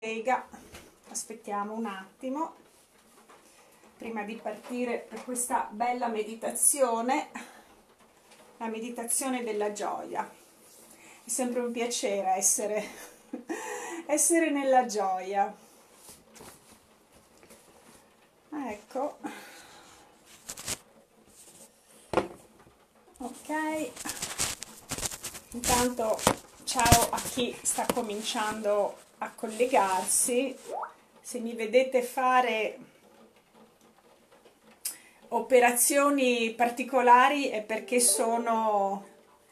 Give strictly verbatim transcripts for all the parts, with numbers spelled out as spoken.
Lega, aspettiamo un attimo prima di partire per questa bella meditazione, la meditazione della gioia. È sempre un piacere essere, essere nella gioia. Ecco, ok, intanto ciao a chi sta cominciando a collegarsi. Se mi vedete fare operazioni particolari è perché sono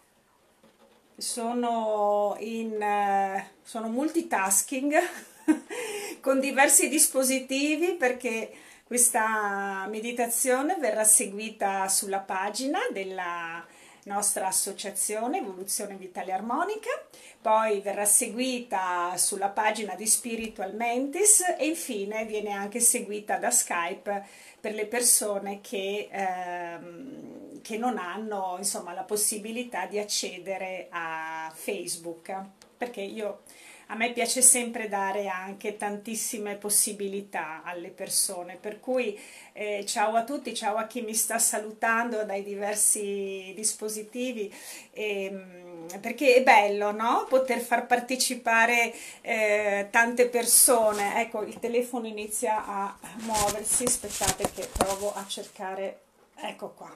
sono in eh, sono multitasking con diversi dispositivi, perché questa meditazione verrà seguita sulla pagina della nostra associazione Evoluzione Vitale Armonica, poi verrà seguita sulla pagina di Spiritual Mentis e infine viene anche seguita da Skype per le persone che, ehm, che non hanno, insomma, la possibilità di accedere a Facebook, perché io a me piace sempre dare anche tantissime possibilità alle persone, per cui eh, ciao a tutti, ciao a chi mi sta salutando dai diversi dispositivi, ehm, perché è bello, no? Poter far partecipare eh, tante persone. Ecco, il telefono inizia a muoversi, aspettate che provo a cercare, ecco qua.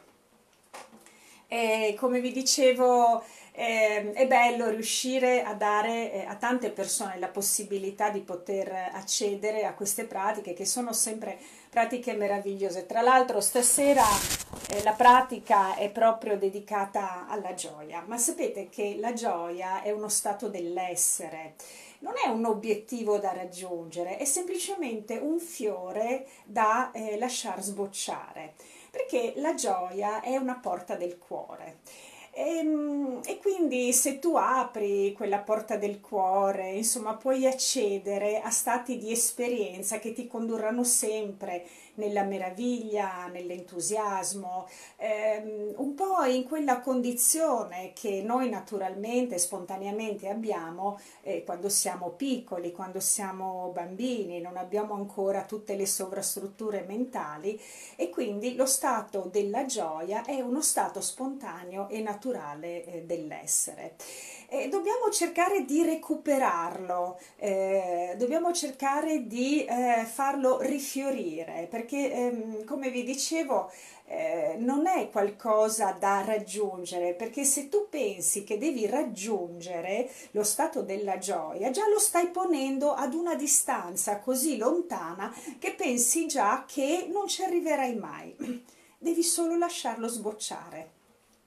E come vi dicevo, eh, è bello riuscire a dare eh, a tante persone la possibilità di poter accedere a queste pratiche, che sono sempre pratiche meravigliose. Tra l'altro stasera eh, la pratica è proprio dedicata alla gioia, ma sapete che la gioia è uno stato dell'essere, non è un obiettivo da raggiungere, è semplicemente un fiore da eh, lasciar sbocciare, perché la gioia è una porta del cuore. E, e quindi se tu apri quella porta del cuore, insomma, puoi accedere a stati di esperienza che ti condurranno sempre nella meraviglia, nell'entusiasmo, ehm, un po' in quella condizione che noi naturalmente, spontaneamente abbiamo eh, quando siamo piccoli, quando siamo bambini, non abbiamo ancora tutte le sovrastrutture mentali, e quindi lo stato della gioia è uno stato spontaneo e naturale eh, dell'essere. E dobbiamo cercare di recuperarlo, eh, dobbiamo cercare di eh, farlo rifiorire, perché ehm, come vi dicevo eh, non è qualcosa da raggiungere, perché se tu pensi che devi raggiungere lo stato della gioia, già lo stai ponendo ad una distanza così lontana che pensi già che non ci arriverai mai. Devi solo lasciarlo sbocciare.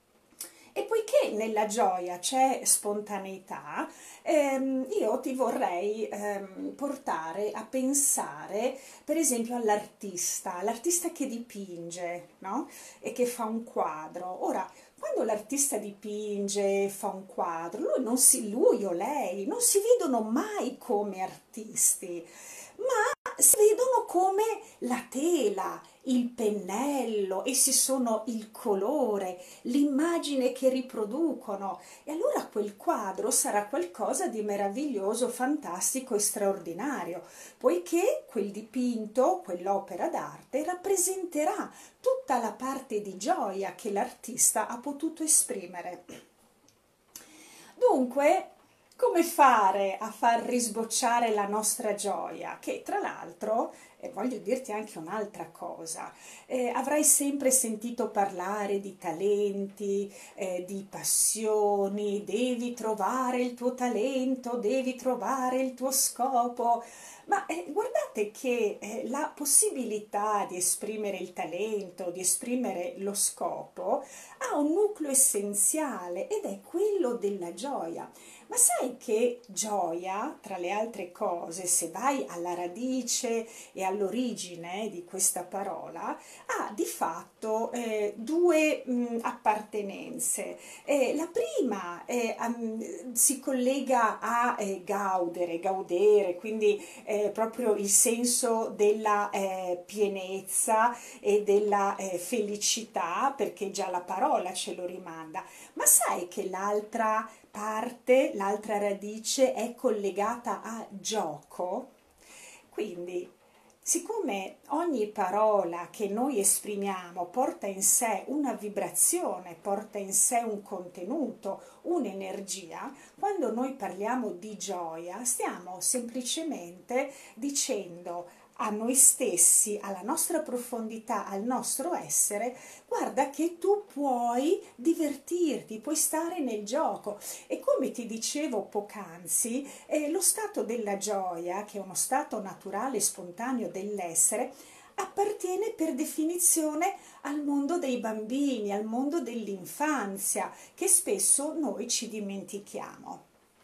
E poiché nella gioia c'è spontaneità, ehm, io ti vorrei ehm, portare a pensare, per esempio, all'artista, l'artista che dipinge, no? E che fa un quadro. Ora, quando l'artista dipinge, fa un quadro, lui, non si, lui o lei non si vedono mai come artisti, ma si vedono come la tela, il pennello, essi sono il colore, l'immagine che riproducono, e allora quel quadro sarà qualcosa di meraviglioso, fantastico e straordinario, poiché quel dipinto, quell'opera d'arte rappresenterà tutta la parte di gioia che l'artista ha potuto esprimere. Dunque, come fare a far risbocciare la nostra gioia? Che tra l'altro, e voglio dirti anche un'altra cosa, eh, avrai sempre sentito parlare di talenti, eh, di passioni, devi trovare il tuo talento, devi trovare il tuo scopo. Ma eh, guardate che eh, la possibilità di esprimere il talento, di esprimere lo scopo, ha un nucleo essenziale ed è quello della gioia. Ma sai che gioia, tra le altre cose, se vai alla radice e all'origine di questa parola, ha di fatto eh, due mh, appartenenze. Eh, la prima eh, um, si collega a eh, gaudere, gaudere, quindi eh, proprio il senso della eh, pienezza e della eh, felicità, perché già la parola ce lo rimanda. Ma sai che l'altra parte, l'altra radice è collegata a gioco? Quindi, siccome ogni parola che noi esprimiamo porta in sé una vibrazione, porta in sé un contenuto, un'energia, quando noi parliamo di gioia stiamo semplicemente dicendo a noi stessi, alla nostra profondità, al nostro essere: guarda che tu puoi divertirti, puoi stare nel gioco. E come ti dicevo poc'anzi, eh, lo stato della gioia, che è uno stato naturale e spontaneo dell'essere, appartiene per definizione al mondo dei bambini, al mondo dell'infanzia, che spesso noi ci dimentichiamo.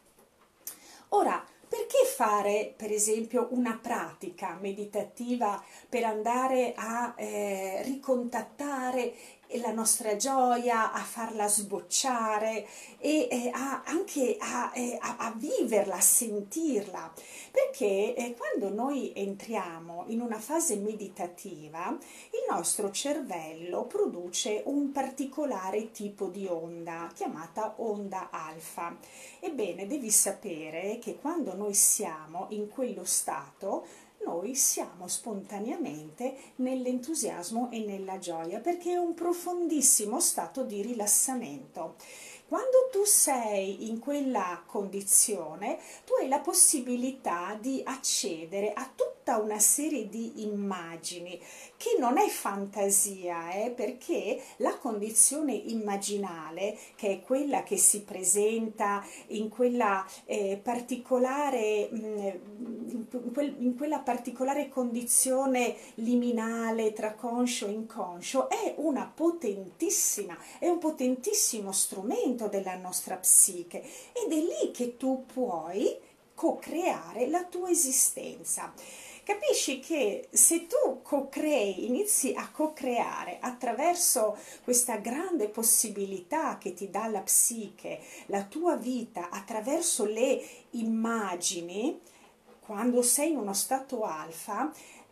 Ora, perché fare per esempio una pratica meditativa per andare a eh, ricontattare la nostra gioia, a farla sbocciare e eh, a, anche a, eh, a, a viverla, a sentirla? Perché eh, quando noi entriamo in una fase meditativa, il nostro cervello produce un particolare tipo di onda chiamata onda alfa. Ebbene, devi sapere che quando noi siamo in quello stato, noi siamo spontaneamente nell'entusiasmo e nella gioia, perché è un profondissimo stato di rilassamento. Quando tu sei in quella condizione, tu hai la possibilità di accedere a tutta una serie di immagini, che non è fantasia, eh, perché la condizione immaginale, che è quella che si presenta in quella eh, particolare mh, in, quel, in quella particolare condizione liminale tra conscio e inconscio, è una potentissima, è un potentissimo strumento della nostra psiche, ed è lì che tu puoi co-creare la tua esistenza. Capisci che se tu co-crei, inizi a co-creare attraverso questa grande possibilità che ti dà la psiche, la tua vita, attraverso le immagini, quando sei in uno stato alfa,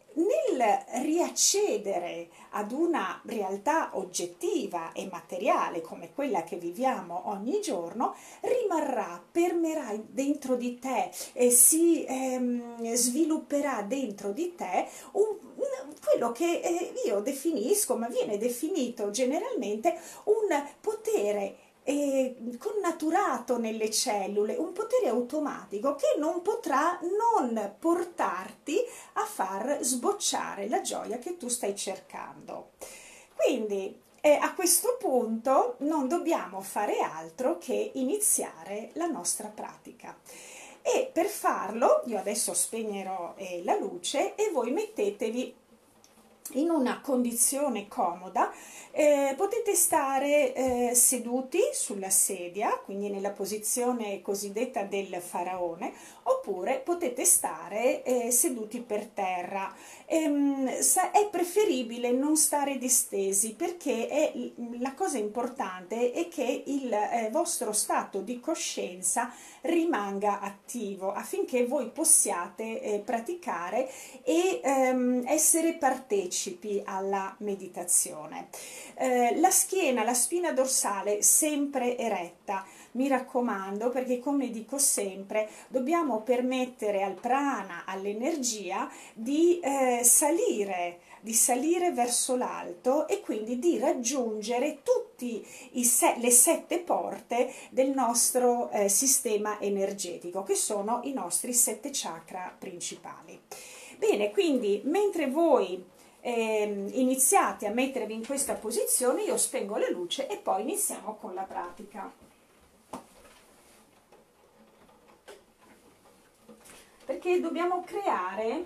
nel riaccedere ad una realtà oggettiva e materiale come quella che viviamo ogni giorno, rimarrà, permerà dentro di te e si ehm, svilupperà dentro di te un, un, quello che eh, io definisco, ma viene definito generalmente, un potere e connaturato nelle cellule, un potere automatico che non potrà non portarti a far sbocciare la gioia che tu stai cercando. Quindi eh, a questo punto non dobbiamo fare altro che iniziare la nostra pratica. E per farlo, io adesso spegnerò eh, la luce e voi mettetevi in una condizione comoda. Eh, potete stare eh, seduti sulla sedia, quindi nella posizione cosiddetta del faraone, oppure potete stare eh, seduti per terra. Ehm, è preferibile non stare distesi, perché è, la cosa importante è che il eh, vostro stato di coscienza rimanga attivo, affinché voi possiate eh, praticare e ehm, essere partecipi alla meditazione. Eh, la schiena, la spina dorsale sempre eretta, mi raccomando, perché come dico sempre, dobbiamo permettere al prana, all'energia, di eh, salire, di salire verso l'alto e quindi di raggiungere tutte le sette porte del nostro eh, sistema energetico, che sono i nostri sette chakra principali. Bene, quindi mentre voi eh, iniziate a mettervi in questa posizione, io spengo la luce e poi iniziamo con la pratica. Perché dobbiamo creare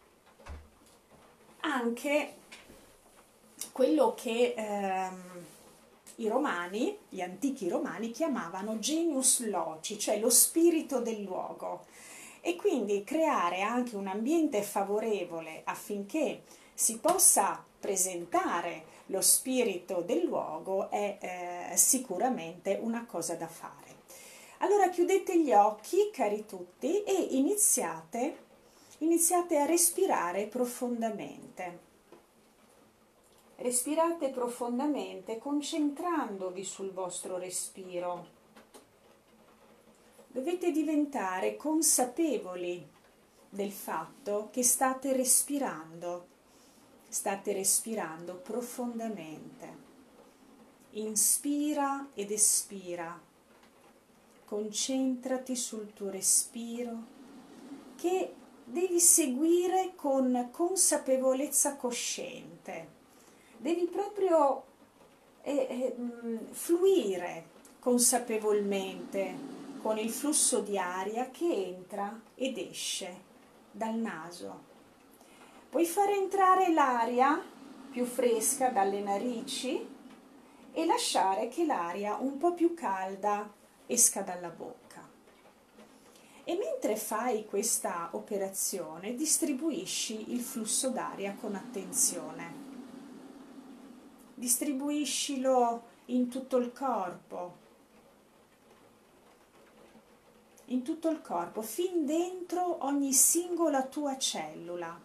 anche quello che ehm, i romani, gli antichi romani, chiamavano genius loci, cioè lo spirito del luogo, e quindi creare anche un ambiente favorevole affinché si possa presentare lo spirito del luogo è eh, sicuramente una cosa da fare. Allora chiudete gli occhi, cari tutti, e iniziate, iniziate a respirare profondamente. Respirate profondamente concentrandovi sul vostro respiro. Dovete diventare consapevoli del fatto che state respirando, state respirando profondamente. Inspira ed espira, concentrati sul tuo respiro che devi seguire con consapevolezza cosciente, devi proprio eh, eh, fluire consapevolmente con il flusso di aria che entra ed esce dal naso. Puoi fare entrare l'aria più fresca dalle narici e lasciare che l'aria un po' più calda esca dalla bocca. E mentre fai questa operazione distribuisci il flusso d'aria con attenzione. Distribuiscilo in tutto il corpo, in tutto il corpo, fin dentro ogni singola tua cellula.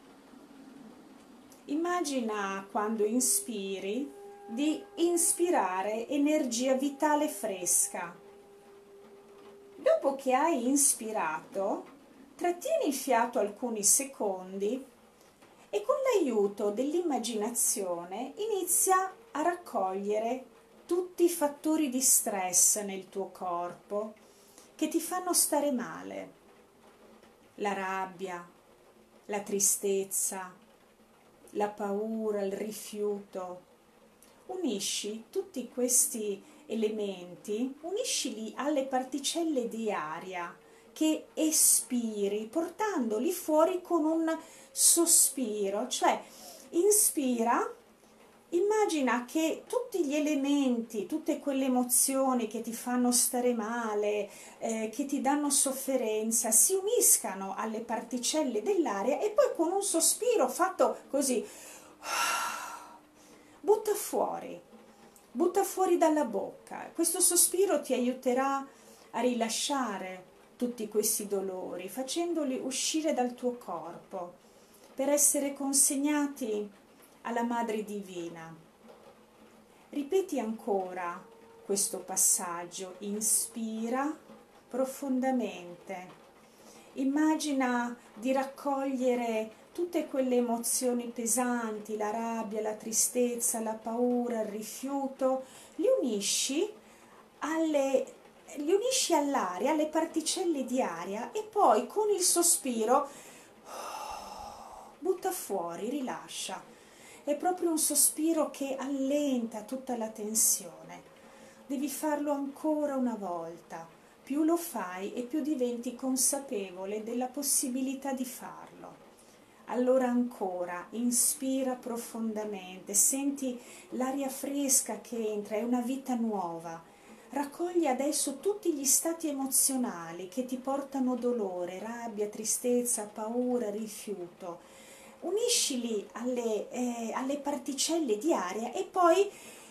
Immagina quando inspiri di inspirare energia vitale fresca. Dopo che hai inspirato, trattieni il fiato alcuni secondi e con l'aiuto dell'immaginazione inizia a raccogliere tutti i fattori di stress nel tuo corpo che ti fanno stare male. La rabbia, la tristezza, la paura, il rifiuto. Unisci tutti questi elementi, uniscili alle particelle di aria che espiri, portandoli fuori con un sospiro, cioè inspira, immagina che tutti gli elementi, tutte quelle emozioni che ti fanno stare male, eh, che ti danno sofferenza, si uniscano alle particelle dell'aria e poi con un sospiro fatto così, butta fuori, butta fuori dalla bocca. Questo sospiro ti aiuterà a rilasciare tutti questi dolori, facendoli uscire dal tuo corpo, per essere consegnati alla Madre Divina. Ripeti ancora questo passaggio, inspira profondamente, immagina di raccogliere tutte quelle emozioni pesanti, la rabbia, la tristezza, la paura, il rifiuto, li unisci alle, li unisci all'aria, alle particelle di aria e poi con il sospiro butta fuori, rilascia. È proprio un sospiro che allenta tutta la tensione. Devi farlo ancora una volta. Più lo fai e più diventi consapevole della possibilità di farlo. Allora ancora, inspira profondamente, senti l'aria fresca che entra, è una vita nuova. Raccogli adesso tutti gli stati emozionali che ti portano dolore, rabbia, tristezza, paura, rifiuto. Uniscili alle, eh, alle particelle di aria e poi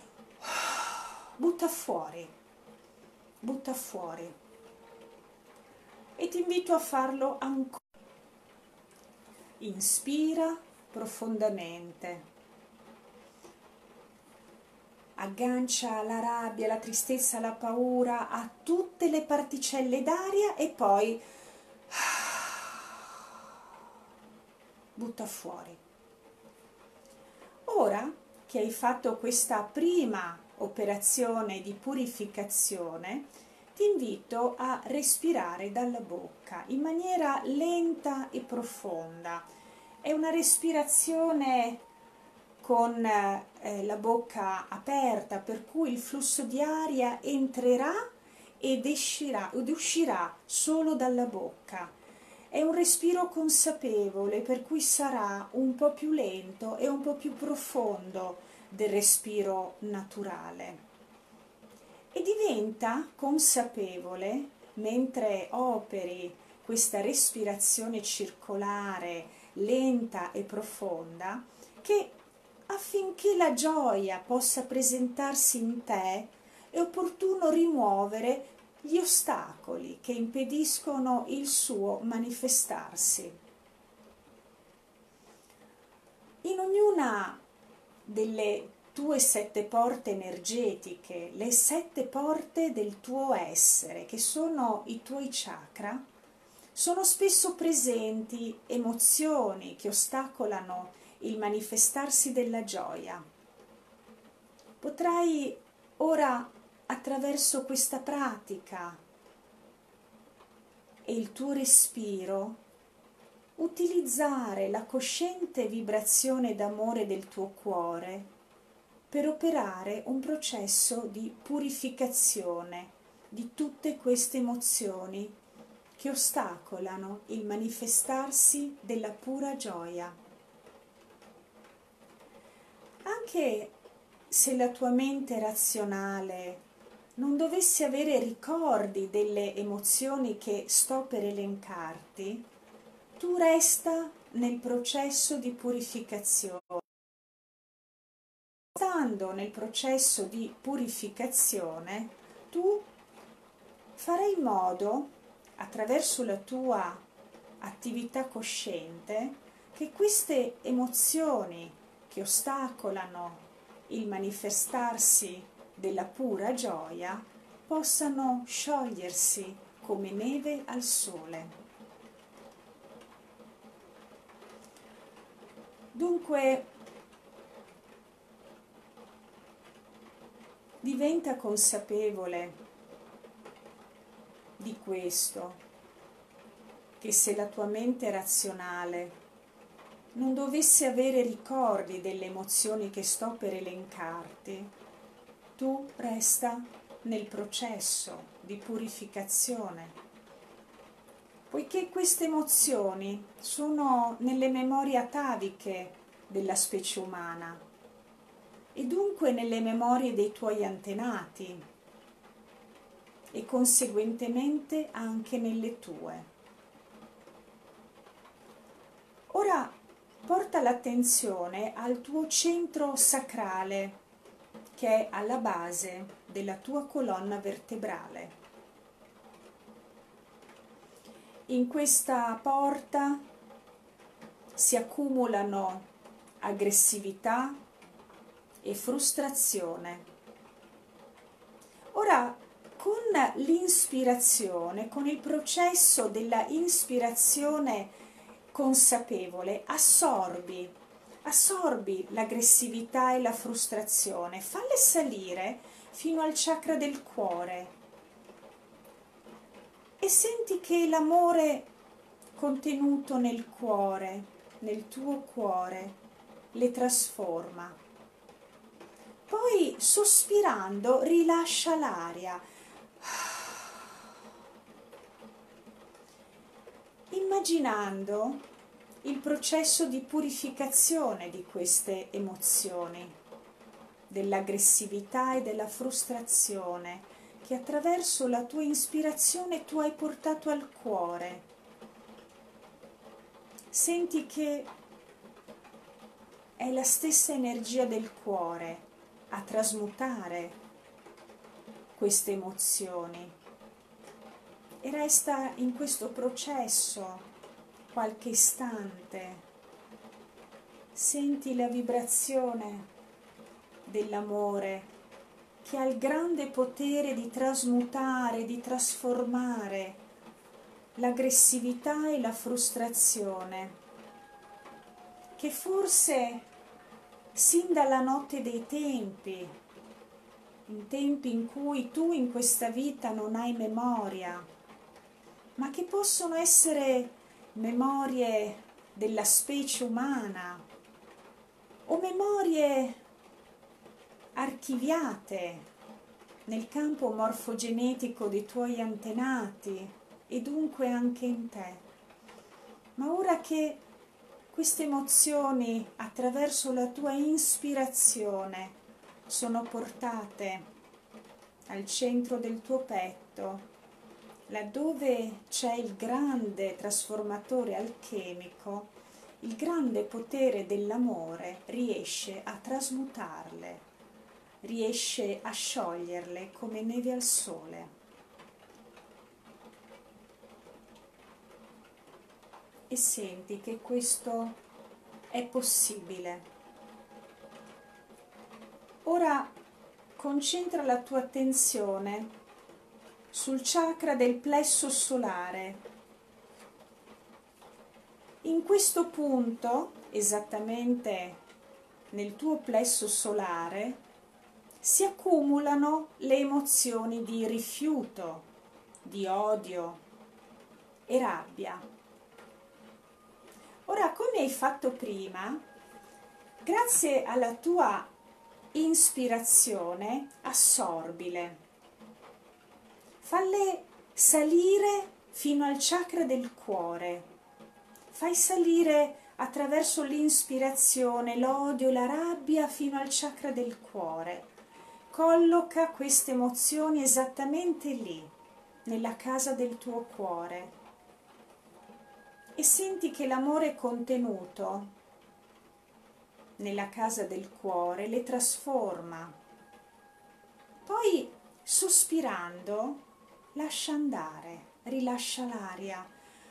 butta fuori, butta fuori. E ti invito a farlo ancora. Inspira profondamente, aggancia la rabbia, la tristezza, la paura a tutte le particelle d'aria e poi butta fuori. Ora che hai fatto questa prima operazione di purificazione, ti invito a respirare dalla bocca in maniera lenta e profonda. È una respirazione con eh, la bocca aperta, per cui il flusso di aria entrerà ed uscirà, ed uscirà solo dalla bocca. È un respiro consapevole, per cui sarà un po' più lento e un po' più profondo del respiro naturale. E diventa consapevole, mentre operi questa respirazione circolare, lenta e profonda, che affinché la gioia possa presentarsi in te, è opportuno rimuovere gli ostacoli che impediscono il suo manifestarsi. In ognuna delle tue sette porte energetiche, le sette porte del tuo essere, che sono i tuoi chakra, sono spesso presenti emozioni che ostacolano il manifestarsi della gioia. Potrai ora, attraverso questa pratica e il tuo respiro, utilizzare la cosciente vibrazione d'amore del tuo cuore per operare un processo di purificazione di tutte queste emozioni che ostacolano il manifestarsi della pura gioia. Anche se la tua mente razionale non dovesse avere ricordi delle emozioni che sto per elencarti, tu resta nel processo di purificazione. Stando nel processo di purificazione, tu farai in modo, attraverso la tua attività cosciente, che queste emozioni che ostacolano il manifestarsi della pura gioia possano sciogliersi come neve al sole. Dunque, diventa consapevole di questo, che se la tua mente razionale non dovesse avere ricordi delle emozioni che sto per elencarti, tu resta nel processo di purificazione, poiché queste emozioni sono nelle memorie ataviche della specie umana e dunque nelle memorie dei tuoi antenati e conseguentemente anche nelle tue. Ora porta l'attenzione al tuo centro sacrale, che è alla base della tua colonna vertebrale. In questa porta si accumulano aggressività e frustrazione. Ora, con l'inspirazione, con il processo della ispirazione consapevole, assorbi, assorbi l'aggressività e la frustrazione, falle salire fino al chakra del cuore e senti che l'amore contenuto nel cuore, nel tuo cuore, le trasforma. Poi, sospirando, rilascia l'aria. Immaginando il processo di purificazione di queste emozioni, dell'aggressività e della frustrazione, che attraverso la tua ispirazione tu hai portato al cuore. Senti che è la stessa energia del cuore a trasmutare queste emozioni e resta in questo processo qualche istante. Senti la vibrazione dell'amore che ha il grande potere di trasmutare, di trasformare l'aggressività e la frustrazione, che forse sin dalla notte dei tempi, in tempi in cui tu in questa vita non hai memoria, ma che possono essere memorie della specie umana o memorie archiviate nel campo morfogenetico dei tuoi antenati e dunque anche in te. Ma ora che queste emozioni, attraverso la tua ispirazione, sono portate al centro del tuo petto, laddove c'è il grande trasformatore alchemico, il grande potere dell'amore riesce a trasmutarle, riesce a scioglierle come neve al sole. E senti che questo è possibile. Ora concentra la tua attenzione sul chakra del plesso solare, In questo punto, esattamente nel tuo plesso solare, si accumulano le emozioni di rifiuto, di odio e rabbia. Ora, come hai fatto prima, grazie alla tua ispirazione, assorbile. Falle salire fino al chakra del cuore. Fai salire attraverso l'inspirazione l'odio e la rabbia fino al chakra del cuore. Colloca queste emozioni esattamente lì, nella casa del tuo cuore, e senti che l'amore contenuto nella casa del cuore le trasforma. Poi, sospirando, lascia andare, rilascia l'aria.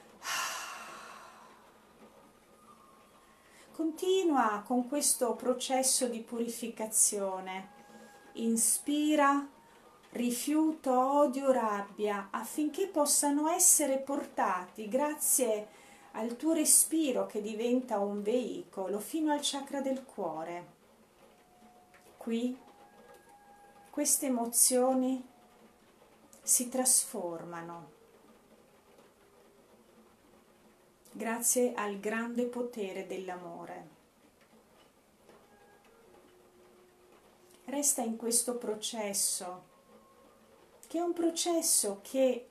Continua con questo processo di purificazione. Inspira rifiuto, odio, rabbia, affinché possano essere portati grazie al tuo respiro, che diventa un veicolo, fino al chakra del cuore. Qui queste emozioni si trasformano grazie al grande potere dell'amore. Resta in questo processo, che è un processo che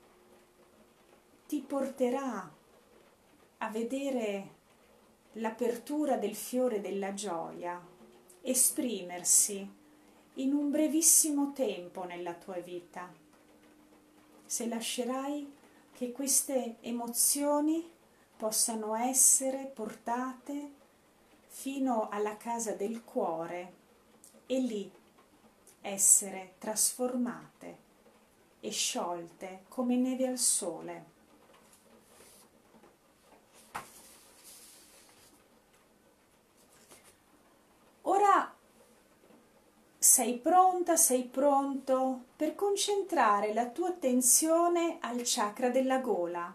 ti porterà a vedere l'apertura del fiore della gioia esprimersi in un brevissimo tempo nella tua vita, se lascerai che queste emozioni possano essere portate fino alla casa del cuore e lì essere trasformate e sciolte come neve al sole. Ora sei pronta, sei pronto per concentrare la tua attenzione al chakra della gola.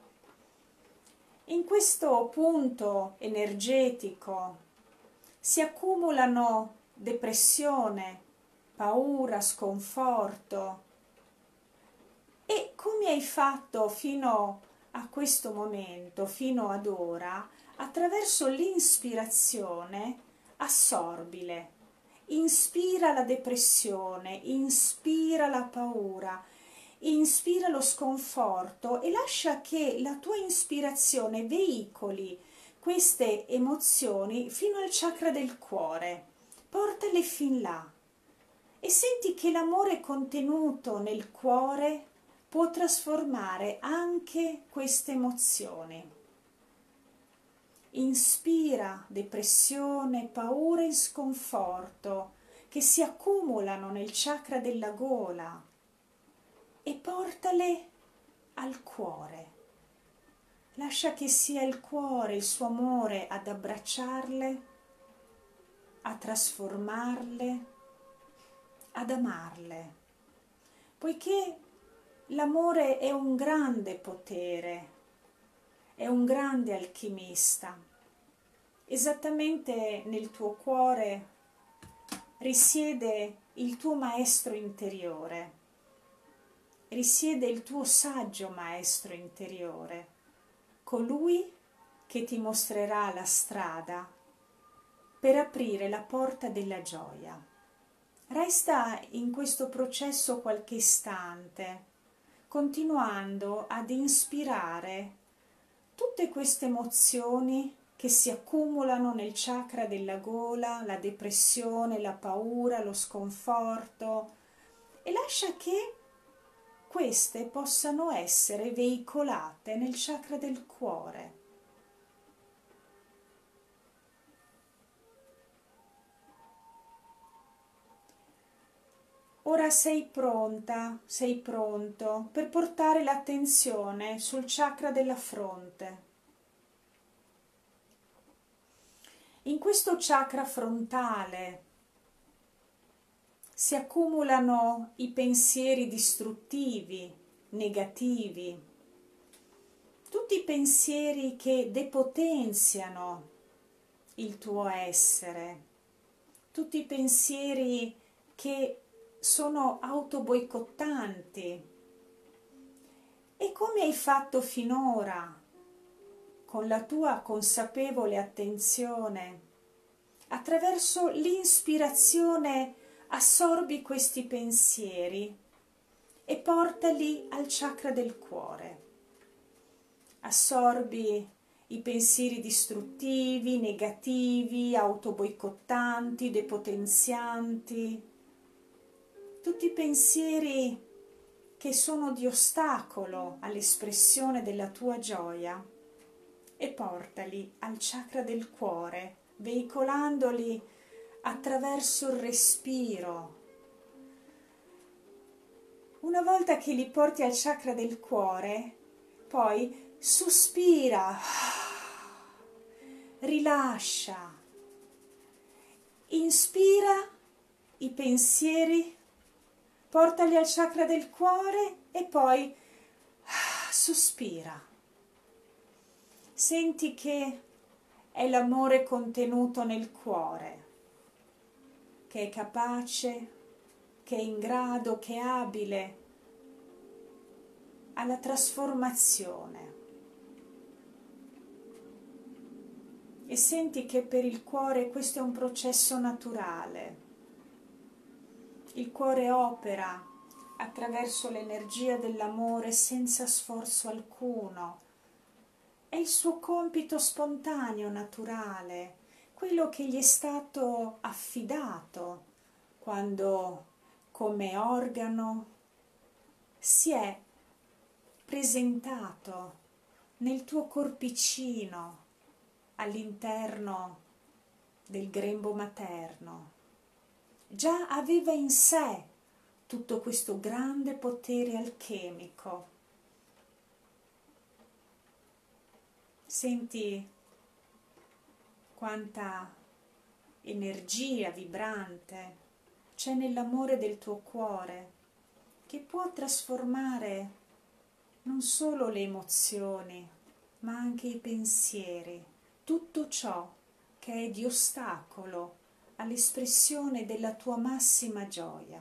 In questo punto energetico si accumulano depressione, paura, sconforto, e come hai fatto fino a questo momento, fino ad ora, attraverso l'inspirazione assorbile. Inspira la depressione, inspira la paura, inspira lo sconforto e lascia che la tua ispirazione veicoli queste emozioni fino al chakra del cuore. Portale fin là e senti che l'amore contenuto nel cuore può trasformare anche queste emozioni. Inspira depressione, paura e sconforto che si accumulano nel chakra della gola e portale al cuore. Lascia che sia il cuore, il suo amore ad abbracciarle, a trasformarle, ad amarle, poiché l'amore è un grande potere, è un grande alchimista. Esattamente nel tuo cuore risiede il tuo maestro interiore, risiede il tuo saggio maestro interiore, colui che ti mostrerà la strada per aprire la porta della gioia. Resta in questo processo qualche istante, continuando ad inspirare tutte queste emozioni che si accumulano nel chakra della gola, la depressione, la paura, lo sconforto, e lascia che queste possano essere veicolate nel chakra del cuore. Ora sei pronta, sei pronto per portare l'attenzione sul chakra della fronte. In questo chakra frontale si accumulano i pensieri distruttivi, negativi, tutte tutti i pensieri che depotenziano il tuo essere, tutti i pensieri che sono autoboicottanti. E come hai fatto finora, con la tua consapevole attenzione, attraverso l'ispirazione assorbi questi pensieri e portali al chakra del cuore. Assorbi i pensieri distruttivi, negativi, autoboicottanti, depotenzianti, tutti i pensieri che sono di ostacolo all'espressione della tua gioia, e portali al chakra del cuore, veicolandoli attraverso il respiro. Una volta che li porti al chakra del cuore, poi sospira, rilascia, inspira i pensieri, portali al chakra del cuore e poi sospira. Senti che è l'amore contenuto nel cuore, che è capace, che è in grado, che è abile alla trasformazione. E senti che per il cuore questo è un processo naturale. Il cuore opera attraverso l'energia dell'amore senza sforzo alcuno. È il suo compito spontaneo, naturale, quello che gli è stato affidato quando, come organo, si è presentato nel tuo corpicino all'interno del grembo materno. Già aveva in sé tutto questo grande potere alchemico. Senti quanta energia vibrante c'è nell'amore del tuo cuore, che può trasformare non solo le emozioni, ma anche i pensieri, tutto ciò che è di ostacolo all'espressione della tua massima gioia.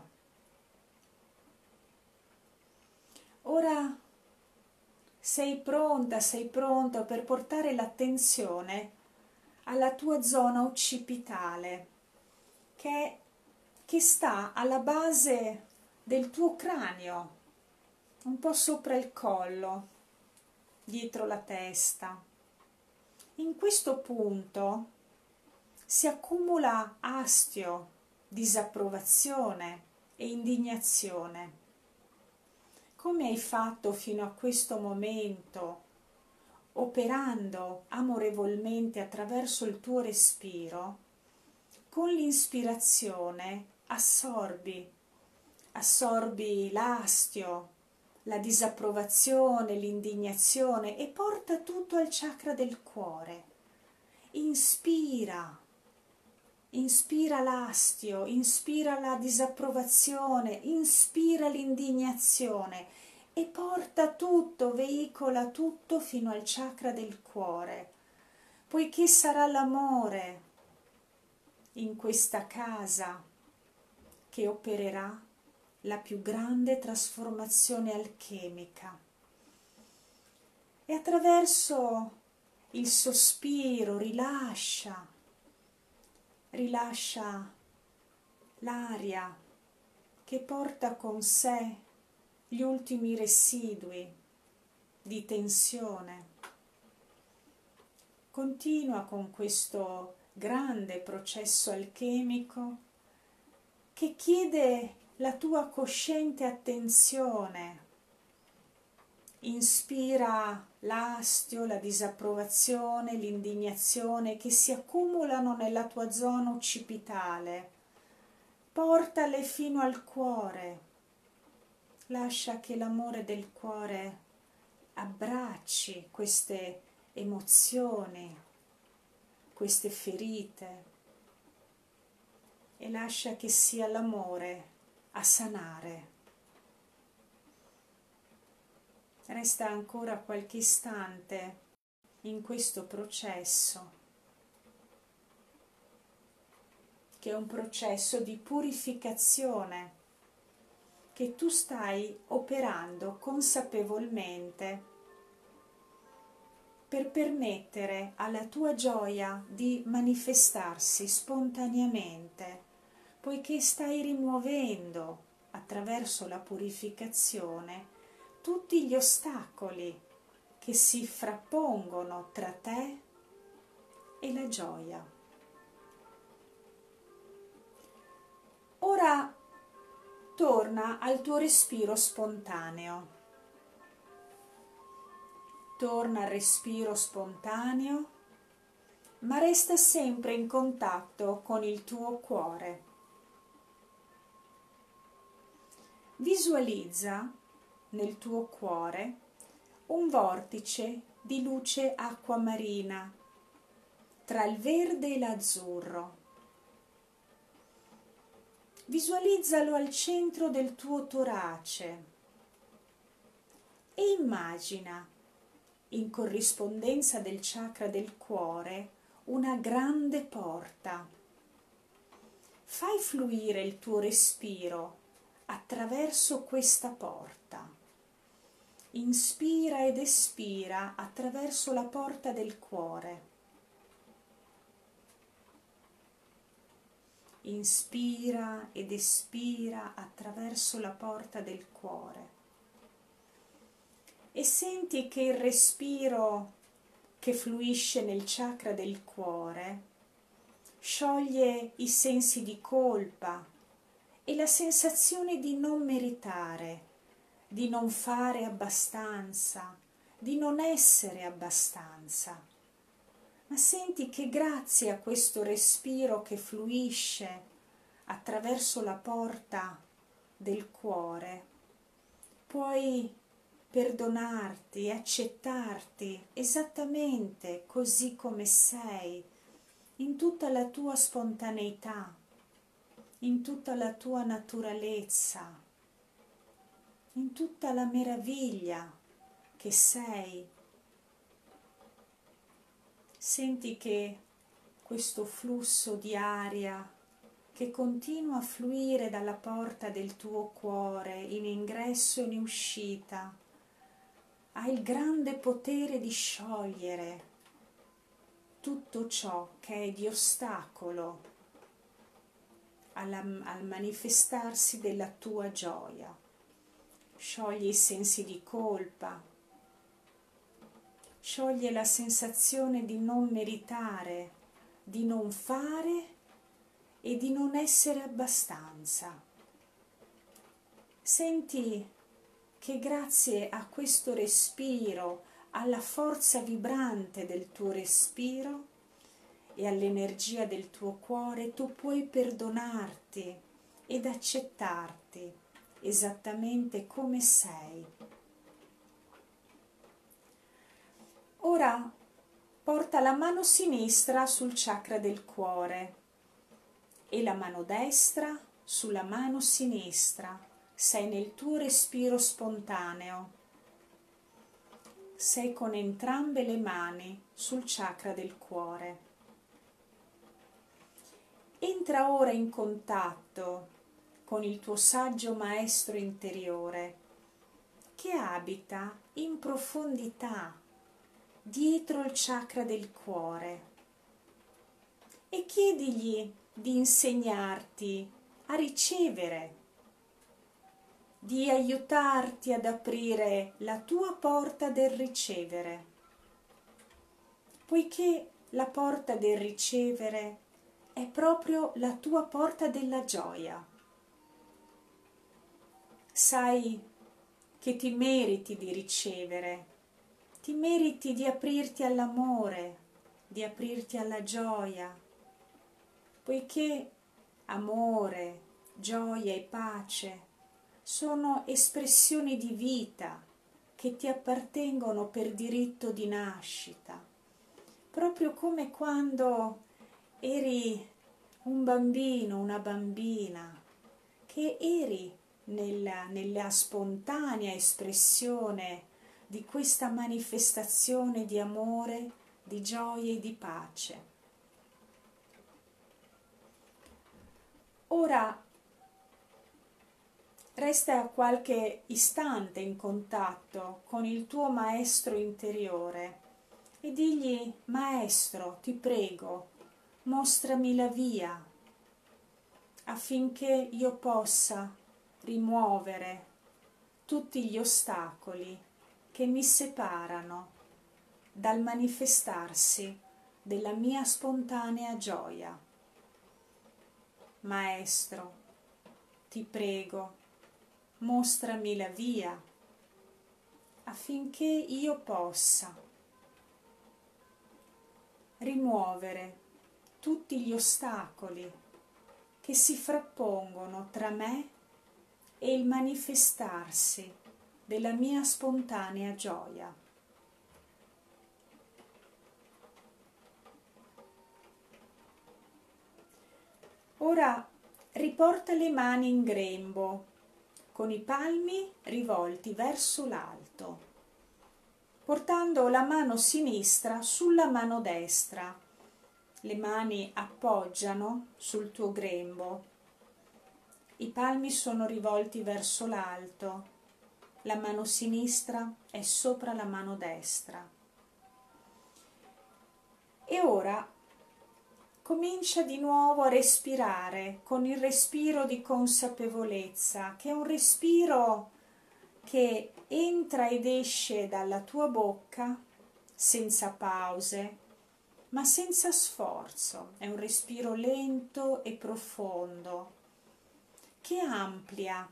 Ora sei pronta, sei pronto per portare l'attenzione alla tua zona occipitale, che, che sta alla base del tuo cranio, un po' sopra il collo, dietro la testa. In questo punto si accumula astio, disapprovazione e indignazione. Come hai fatto fino a questo momento, operando amorevolmente attraverso il tuo respiro, con l'inspirazione assorbi, assorbi l'astio, la disapprovazione, l'indignazione e porta tutto al chakra del cuore. Inspira, inspira l'astio, inspira la disapprovazione, inspira l'indignazione e porta tutto, veicola tutto fino al chakra del cuore, poiché sarà l'amore in questa casa che opererà la più grande trasformazione alchemica. E attraverso il sospiro rilascia, rilascia l'aria che porta con sé gli ultimi residui di tensione. Continua con questo grande processo alchemico che chiede la tua cosciente attenzione. Inspira l'astio, la disapprovazione, l'indignazione che si accumulano nella tua zona occipitale. Portale fino al cuore. Lascia che l'amore del cuore abbracci queste emozioni, queste ferite, e lascia che sia l'amore a sanare. Resta ancora qualche istante in questo processo, che è un processo di purificazione che tu stai operando consapevolmente per permettere alla tua gioia di manifestarsi spontaneamente, poiché stai rimuovendo attraverso la purificazione tutti gli ostacoli che si frappongono tra te e la gioia. Ora torna al tuo respiro spontaneo. Torna al respiro spontaneo, ma resta sempre in contatto con il tuo cuore. Visualizza nel tuo cuore un vortice di luce acquamarina tra il verde e l'azzurro. Visualizzalo al centro del tuo torace e immagina, in corrispondenza del chakra del cuore, una grande porta. Fai fluire il tuo respiro attraverso questa porta. Inspira ed espira attraverso la porta del cuore. Inspira ed espira attraverso la porta del cuore. E senti che il respiro che fluisce nel chakra del cuore scioglie i sensi di colpa e la sensazione di non meritare, di non fare abbastanza, di non essere abbastanza. Ma senti che grazie a questo respiro che fluisce attraverso la porta del cuore puoi perdonarti e accettarti esattamente così come sei, in tutta la tua spontaneità, in tutta la tua naturalezza, in tutta la meraviglia che sei. Senti che questo flusso di aria che continua a fluire dalla porta del tuo cuore in ingresso e in uscita ha il grande potere di sciogliere tutto ciò che è di ostacolo alla, al manifestarsi della tua gioia. Scioglie i sensi di colpa, scioglie la sensazione di non meritare, di non fare e di non essere abbastanza. Senti che grazie a questo respiro, alla forza vibrante del tuo respiro e all'energia del tuo cuore, tu puoi perdonarti ed accettarti esattamente come sei. Ora porta la mano sinistra sul chakra del cuore e la mano destra sulla mano sinistra. Sei nel tuo respiro spontaneo. Sei con entrambe le mani sul chakra del cuore. Entra ora in contatto con il tuo saggio maestro interiore che abita in profondità dietro il chakra del cuore e chiedigli di insegnarti a ricevere, di aiutarti ad aprire la tua porta del ricevere, poiché la porta del ricevere è proprio la tua porta della gioia. Sai che ti meriti di ricevere, ti meriti di aprirti all'amore, di aprirti alla gioia, poiché amore, gioia e pace sono espressioni di vita che ti appartengono per diritto di nascita, proprio come quando eri un bambino, una bambina, che eri nella, nella spontanea espressione di questa manifestazione di amore, di gioia e di pace. Ora resta qualche istante in contatto con il tuo maestro interiore e digli: Maestro, ti prego, mostrami la via affinché io possa rimuovere tutti gli ostacoli che mi separano dal manifestarsi della mia spontanea gioia. Maestro, ti prego, mostrami la via affinché io possa rimuovere tutti gli ostacoli che si frappongono tra me e il manifestarsi della mia spontanea gioia. Ora riporta le mani in grembo, con i palmi rivolti verso l'alto, portando la mano sinistra sulla mano destra. Le mani appoggiano sul tuo grembo, i palmi sono rivolti verso l'alto, la mano sinistra è sopra la mano destra. E ora comincia di nuovo a respirare con il respiro di consapevolezza, che è un respiro che entra ed esce dalla tua bocca senza pause, ma senza sforzo. È un respiro lento e profondo che amplia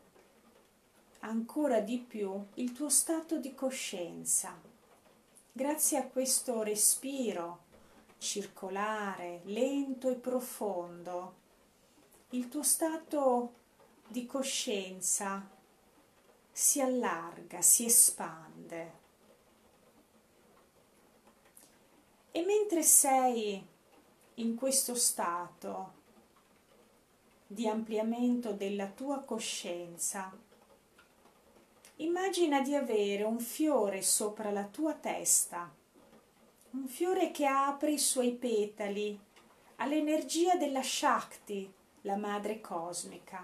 ancora di più il tuo stato di coscienza. Grazie a questo respiro circolare, lento e profondo, il tuo stato di coscienza si allarga, si espande. E mentre sei in questo stato di ampliamento della tua coscienza, immagina di avere un fiore sopra la tua testa, un fiore che apre i suoi petali all'energia della Shakti, la madre cosmica.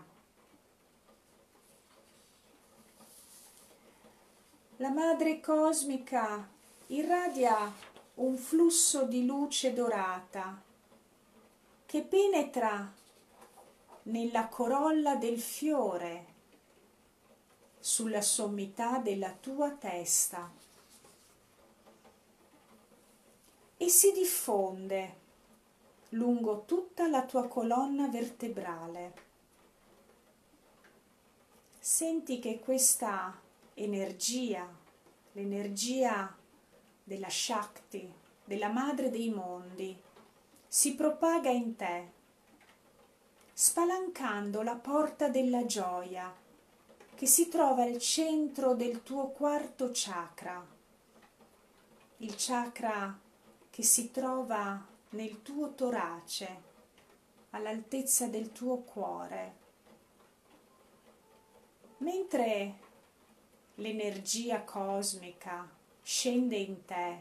La madre cosmica irradia un flusso di luce dorata che penetra nella corolla del fiore sulla sommità della tua testa e si diffonde lungo tutta la tua colonna vertebrale. Senti che questa energia, l'energia della Shakti, della madre dei mondi, si propaga in te, spalancando la porta della gioia che si trova al centro del tuo quarto chakra, il chakra che si trova nel tuo torace, all'altezza del tuo cuore. Mentre l'energia cosmica scende in te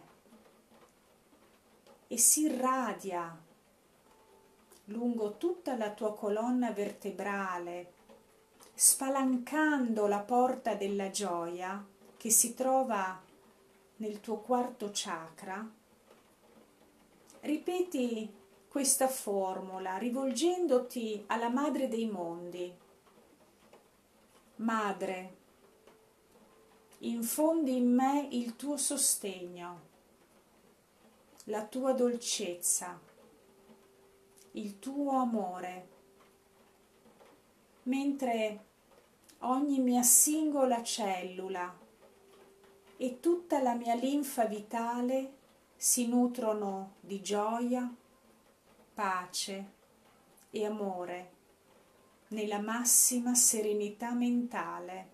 e si irradia lungo tutta la tua colonna vertebrale, spalancando la porta della gioia che si trova nel tuo quarto chakra, ripeti questa formula rivolgendoti alla madre dei mondi. Madre, infondi in me il tuo sostegno, la tua dolcezza, il tuo amore, mentre ogni mia singola cellula e tutta la mia linfa vitale si nutrono di gioia, pace e amore nella massima serenità mentale.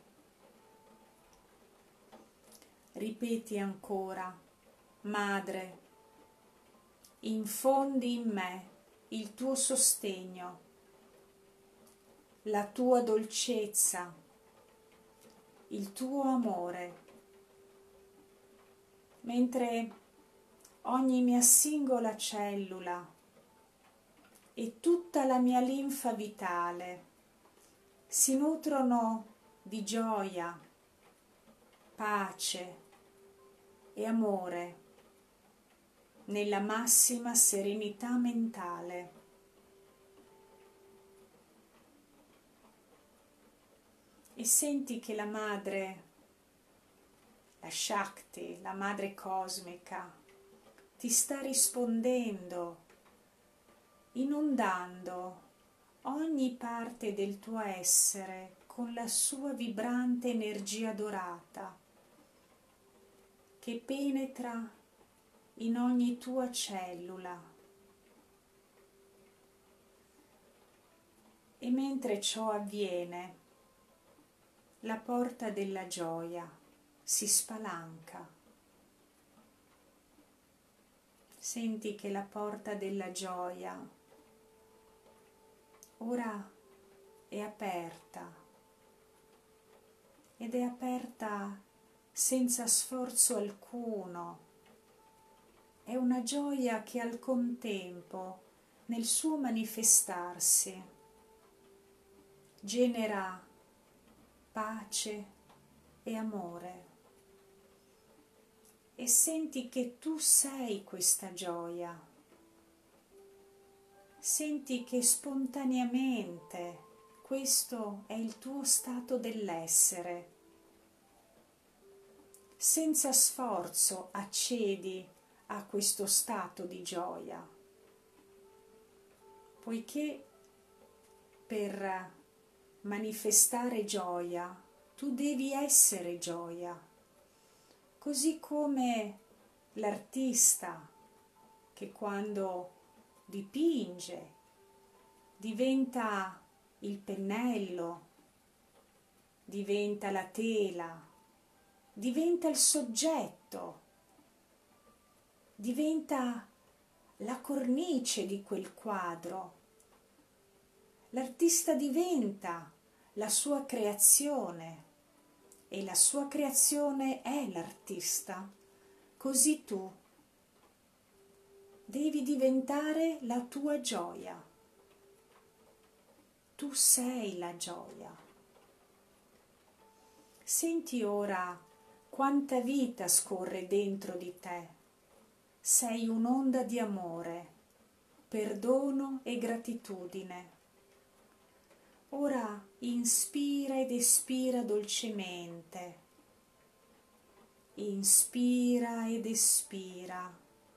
Ripeti ancora: Madre, infondi in me il tuo sostegno, la tua dolcezza, il tuo amore, mentre ogni mia singola cellula e tutta la mia linfa vitale si nutrono di gioia, pace e amore nella massima serenità mentale. E senti che la madre, la Shakti, la madre cosmica, ti sta rispondendo, inondando ogni parte del tuo essere con la sua vibrante energia dorata, che penetra in ogni tua cellula. E mentre ciò avviene, la porta della gioia si spalanca. Senti che la porta della gioia ora è aperta, ed è aperta senza sforzo alcuno. È una gioia che al contempo, nel suo manifestarsi, genera pace e amore. E senti che tu sei questa gioia. Senti che spontaneamente questo è il tuo stato dell'essere. Senza sforzo accedi a questo stato di gioia, poiché per manifestare gioia tu devi essere gioia, così come l'artista che quando dipinge diventa il pennello, diventa la tela, diventa il soggetto, diventa la cornice di quel quadro. L'artista diventa la sua creazione e la sua creazione è l'artista. Così tu devi diventare la tua gioia. Tu sei la gioia. Senti ora quanta vita scorre dentro di te. Sei un'onda di amore, perdono e gratitudine. Ora inspira ed espira dolcemente. Inspira ed espira.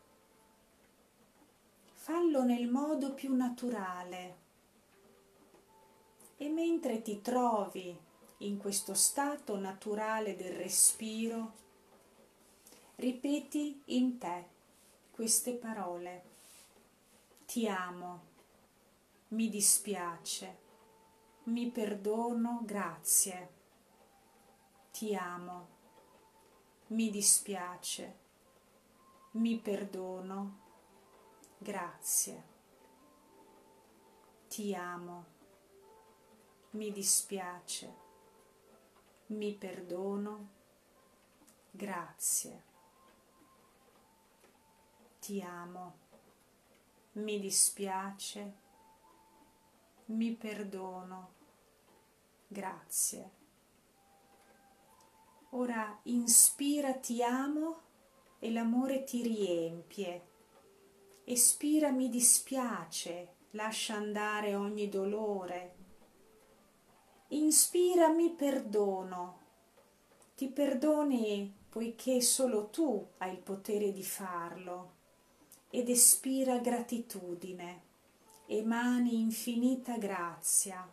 Fallo nel modo più naturale. E mentre ti trovi in questo stato naturale del respiro, ripeti in te queste parole. Ti amo, mi dispiace, mi perdono, grazie. Ti amo, mi dispiace, mi perdono, grazie. Ti amo, mi dispiace, mi perdono, grazie. Ti amo, mi dispiace, mi perdono, grazie. Ora inspira ti amo e l'amore ti riempie. Espira mi dispiace, lascia andare ogni dolore. Inspira mi perdono, ti perdoni poiché solo tu hai il potere di farlo. Ed espira gratitudine, emani infinita grazia.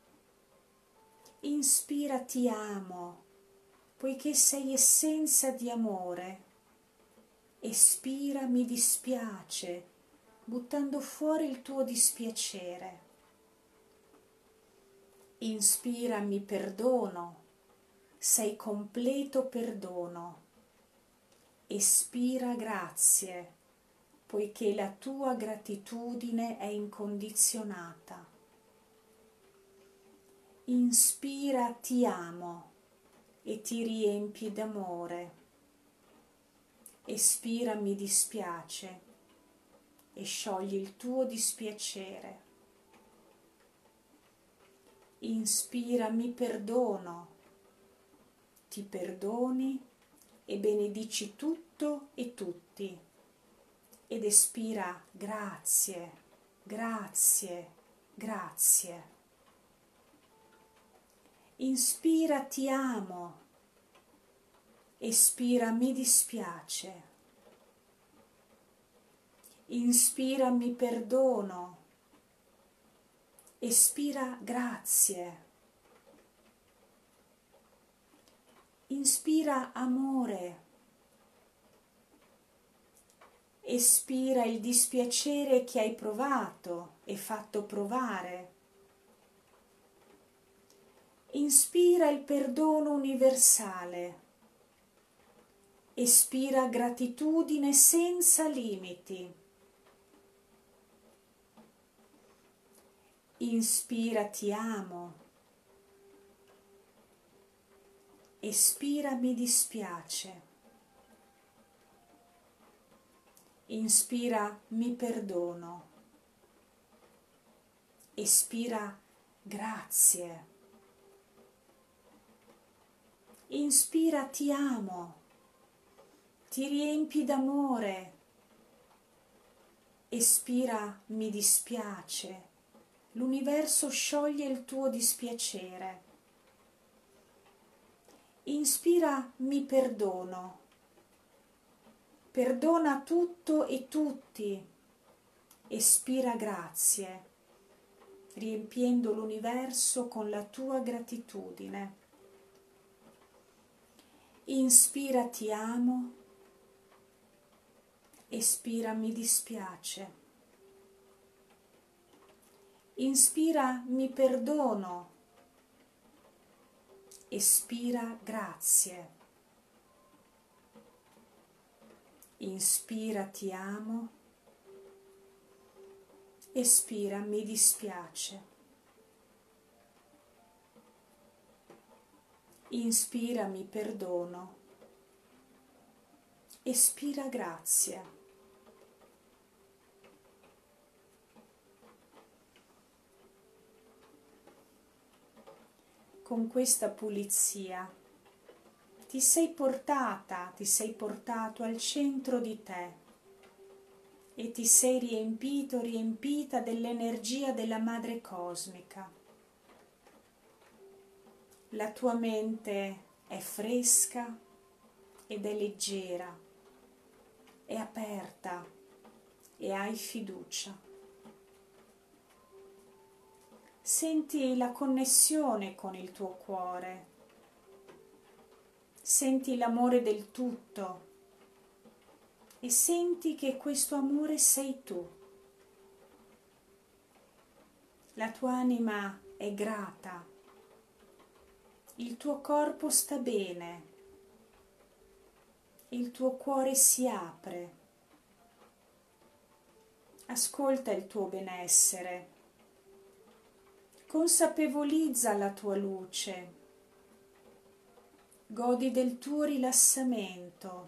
Inspira ti amo, poiché sei essenza di amore. Espira mi dispiace, buttando fuori il tuo dispiacere. Inspira mi perdono, sei completo perdono. Espira grazie, poiché la tua gratitudine è incondizionata. Inspira ti amo e ti riempi d'amore. espira mi dispiace e sciogli il tuo dispiacere. Inspira mi perdono, ti perdoni e benedici tutto e tutti. Ed espira grazie, grazie, grazie. Inspira ti amo, espira mi dispiace. Inspira mi perdono, espira grazie. Inspira amore, espira il dispiacere che hai provato e fatto provare. Inspira il perdono universale, espira gratitudine senza limiti. Inspira ti amo, espira mi dispiace. Inspira mi perdono, espira grazie. Inspira ti amo, ti riempi d'amore, espira mi dispiace, l'universo scioglie il tuo dispiacere. Inspira mi perdono, perdona tutto e tutti, espira grazie, riempiendo l'universo con la tua gratitudine. Inspira ti amo, espira mi dispiace. Inspira mi perdono, espira grazie. Inspira ti amo, espira mi dispiace. Inspira mi perdono, espira grazie. Con questa pulizia ti sei portata, ti sei portato al centro di te e ti sei riempito, riempita dell'energia della Madre Cosmica. La tua mente è fresca ed è leggera, è aperta e hai fiducia. Senti la connessione con il tuo cuore, senti l'amore del tutto e senti che questo amore sei tu. La tua anima è grata, il tuo corpo sta bene, il tuo cuore si apre. Ascolta il tuo benessere, consapevolizza la tua luce, godi del tuo rilassamento.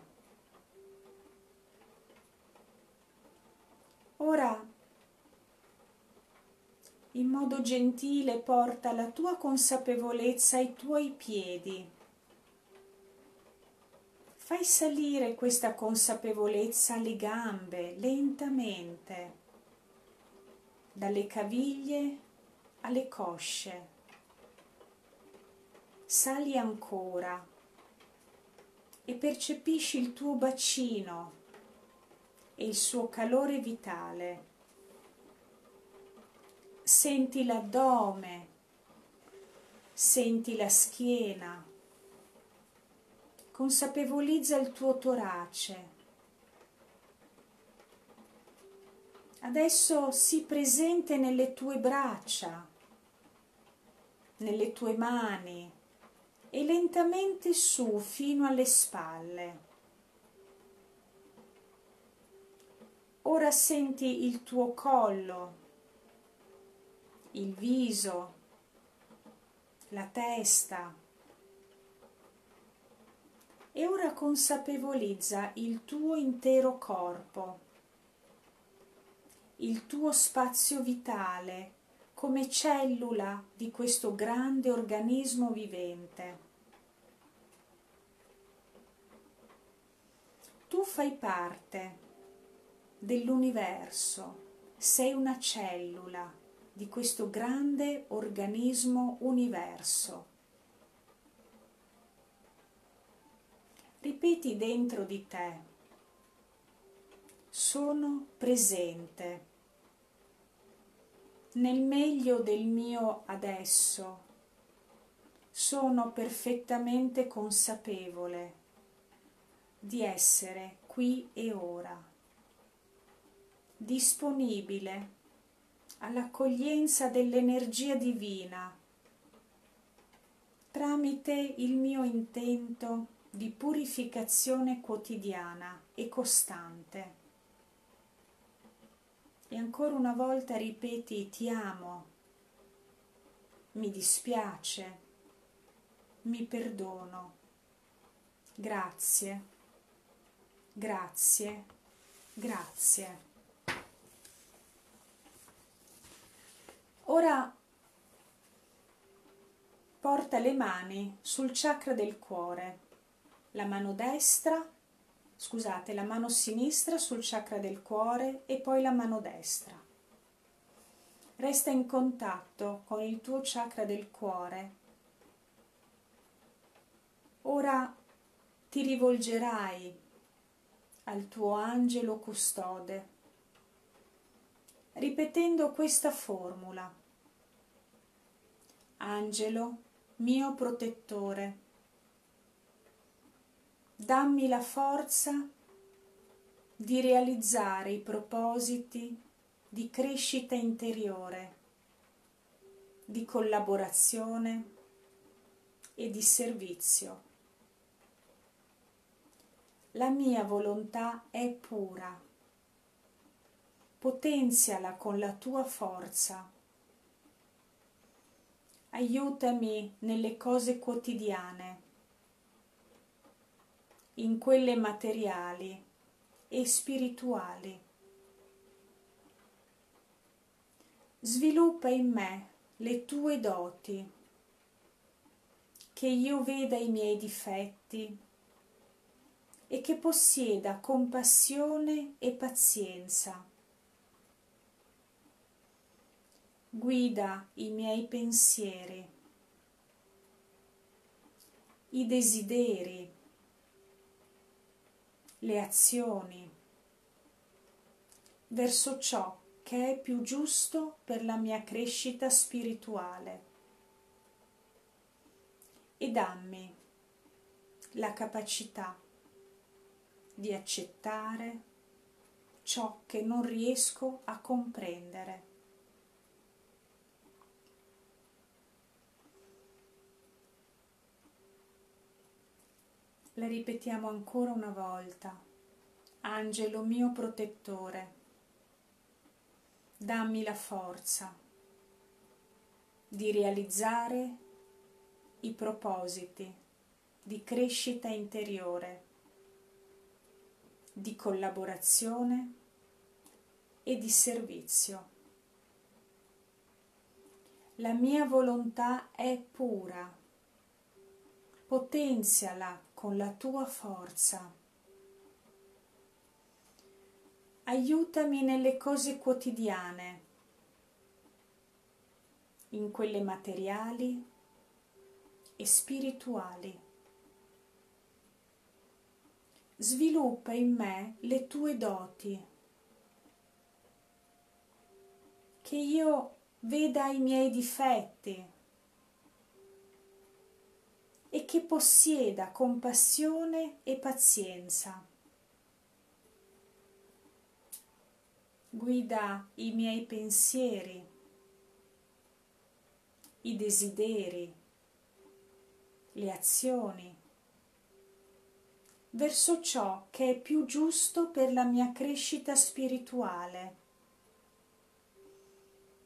Ora, in modo gentile, porta la tua consapevolezza ai tuoi piedi. Fai salire questa consapevolezza alle gambe, lentamente, dalle caviglie alle cosce. Sali ancora e percepisci il tuo bacino e il suo calore vitale. Senti l'addome, senti la schiena, consapevolizza il tuo torace. Adesso sii presente nelle tue braccia, nelle tue mani e lentamente su fino alle spalle. Ora senti il tuo collo, il viso, la testa E ora consapevolizza il tuo intero corpo, il tuo spazio vitale come cellula di questo grande organismo vivente. Tu fai parte dell'universo, sei una cellula di questo grande organismo universo. Ripeti dentro di te: sono presente nel meglio del mio adesso, sono perfettamente consapevole di essere qui e ora, disponibile all'accoglienza dell'energia divina tramite il mio intento di purificazione quotidiana e costante. E ancora una volta ripeti: ti amo, mi dispiace, mi perdono, grazie, grazie, grazie. Ora porta le mani sul chakra del cuore, la mano destra, scusate, la mano sinistra sul chakra del cuore e poi la mano destra. Resta in contatto con il tuo chakra del cuore. Ora ti rivolgerai al tuo angelo custode, ripetendo questa formula: angelo mio protettore, dammi la forza di realizzare i propositi di crescita interiore, di collaborazione e di servizio. La mia volontà è pura, potenziala con la tua forza. Aiutami nelle cose quotidiane, in quelle materiali e spirituali. Sviluppa in me le tue doti, che io veda i miei difetti e che possieda compassione e pazienza. Guida i miei pensieri, i desideri, le azioni verso ciò che è più giusto per la mia crescita spirituale e dammi la capacità di accettare ciò che non riesco a comprendere. La ripetiamo ancora una volta: angelo mio protettore, dammi la forza di realizzare i propositi di crescita interiore, di collaborazione e di servizio. La mia volontà è pura, potenziala con la tua forza. Aiutami nelle cose quotidiane, in quelle materiali e spirituali. Sviluppa in me le tue doti, che io veda i miei difetti e che possieda compassione e pazienza. Guida i miei pensieri, i desideri, le azioni verso ciò che è più giusto per la mia crescita spirituale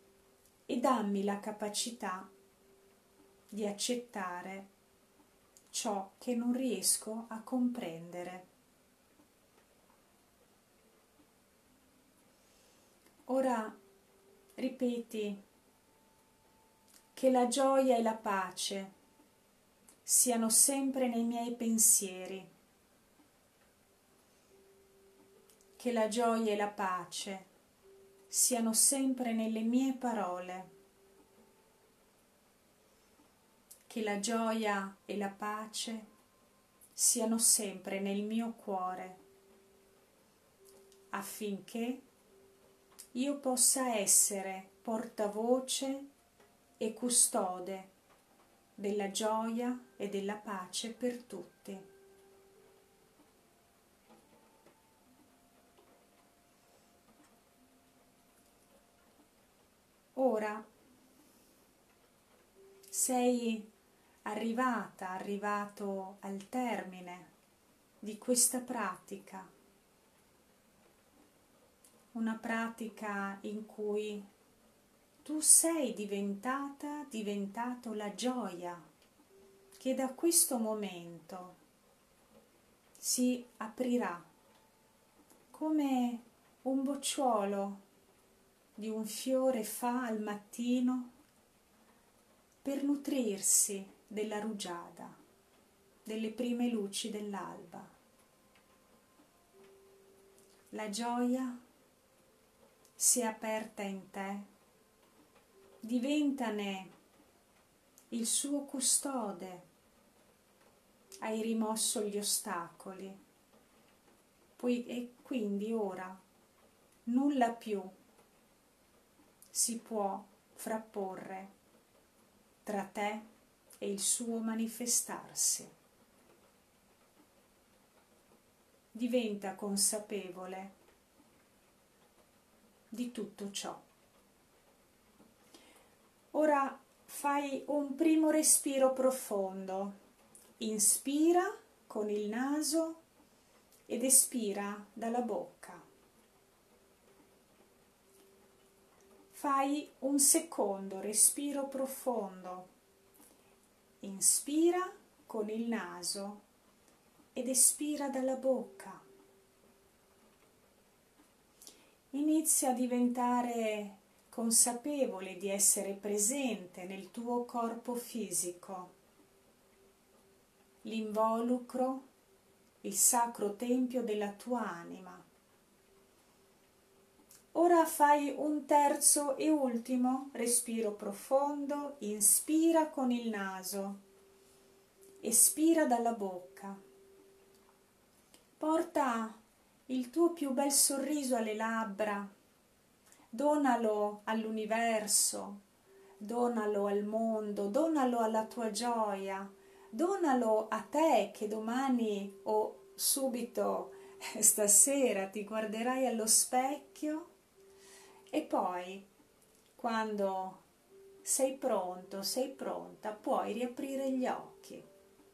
e dammi la capacità di accettare ciò che non riesco a comprendere. Ora ripeti che la gioia e la pace siano sempre nei miei pensieri, che la gioia e la pace siano sempre nelle mie parole, che la gioia e la pace siano sempre nel mio cuore, affinché io possa essere portavoce e custode della gioia e della pace per tutti. Ora sei arrivata, arrivato al termine di questa pratica, una pratica in cui tu sei diventata, diventato la gioia che da questo momento si aprirà come un bocciolo di un fiore fa al mattino per nutrirsi della rugiada, delle prime luci dell'alba. La gioia si è aperta in te, diventane il suo custode, hai rimosso gli ostacoli, poi, e quindi ora nulla più si può frapporre tra te e il suo manifestarsi. Diventa consapevole di tutto ciò. Ora fai un primo respiro profondo, inspira con il naso ed espira dalla bocca. Fai un secondo respiro profondo, inspira con il naso ed espira dalla bocca. Inizia a diventare consapevole di essere presente nel tuo corpo fisico, l'involucro, il sacro tempio della tua anima. Ora fai un terzo e ultimo respiro profondo, inspira con il naso, espira dalla bocca. Porta il tuo più bel sorriso alle labbra, donalo all'universo, donalo al mondo, donalo alla tua gioia, donalo a te che domani o subito stasera ti guarderai allo specchio e poi, quando sei pronto, sei pronta, puoi riaprire gli occhi.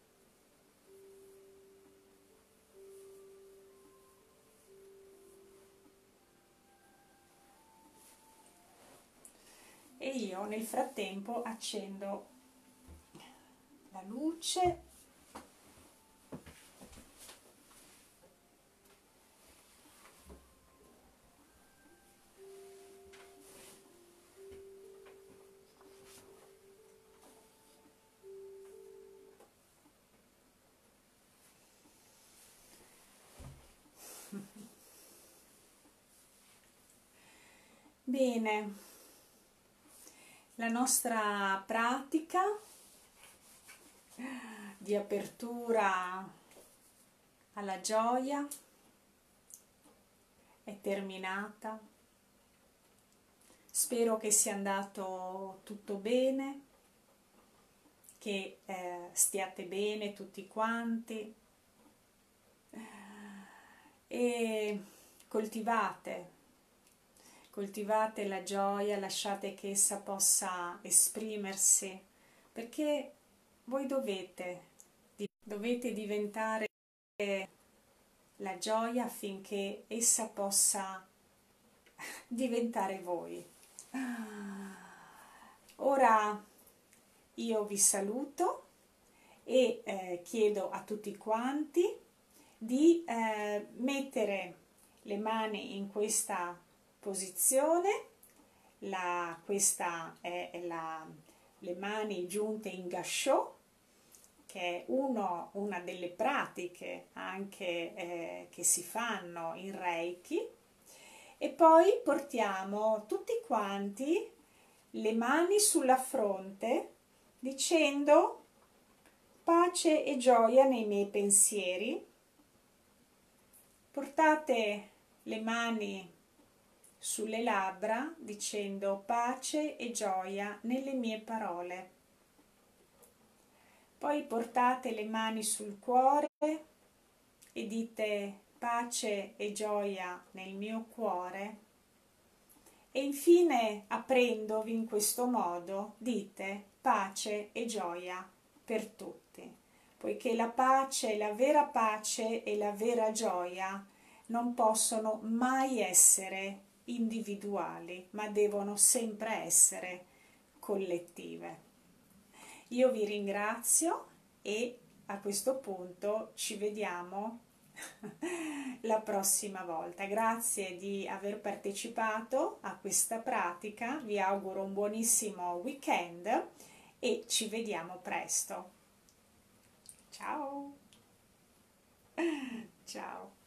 E io nel frattempo accendo la luce. Bene, la nostra pratica di apertura alla gioia è terminata. Spero che sia andato tutto bene, che eh, stiate bene tutti quanti e coltivate coltivate la gioia, lasciate che essa possa esprimersi, perché voi dovete, dovete diventare la gioia affinché essa possa diventare voi. Ora io vi saluto e eh, chiedo a tutti quanti di eh, mettere le mani in questa posizione. La, questa è la, le mani giunte in gashō, che è uno, una delle pratiche anche eh, che si fanno in Reiki, e poi portiamo tutti quanti le mani sulla fronte dicendo pace e gioia nei miei pensieri. Portate le mani sulle labbra dicendo pace e gioia nelle mie parole. Poi portate le mani sul cuore e dite pace e gioia nel mio cuore. E infine, aprendovi in questo modo, dite pace e gioia per tutti, poiché la pace, la vera pace e la vera gioia non possono mai essere individuali, ma devono sempre essere collettive. Io vi ringrazio e a questo punto ci vediamo la prossima volta. Grazie di aver partecipato a questa pratica, vi auguro un buonissimo weekend e ci vediamo presto. Ciao! Ciao!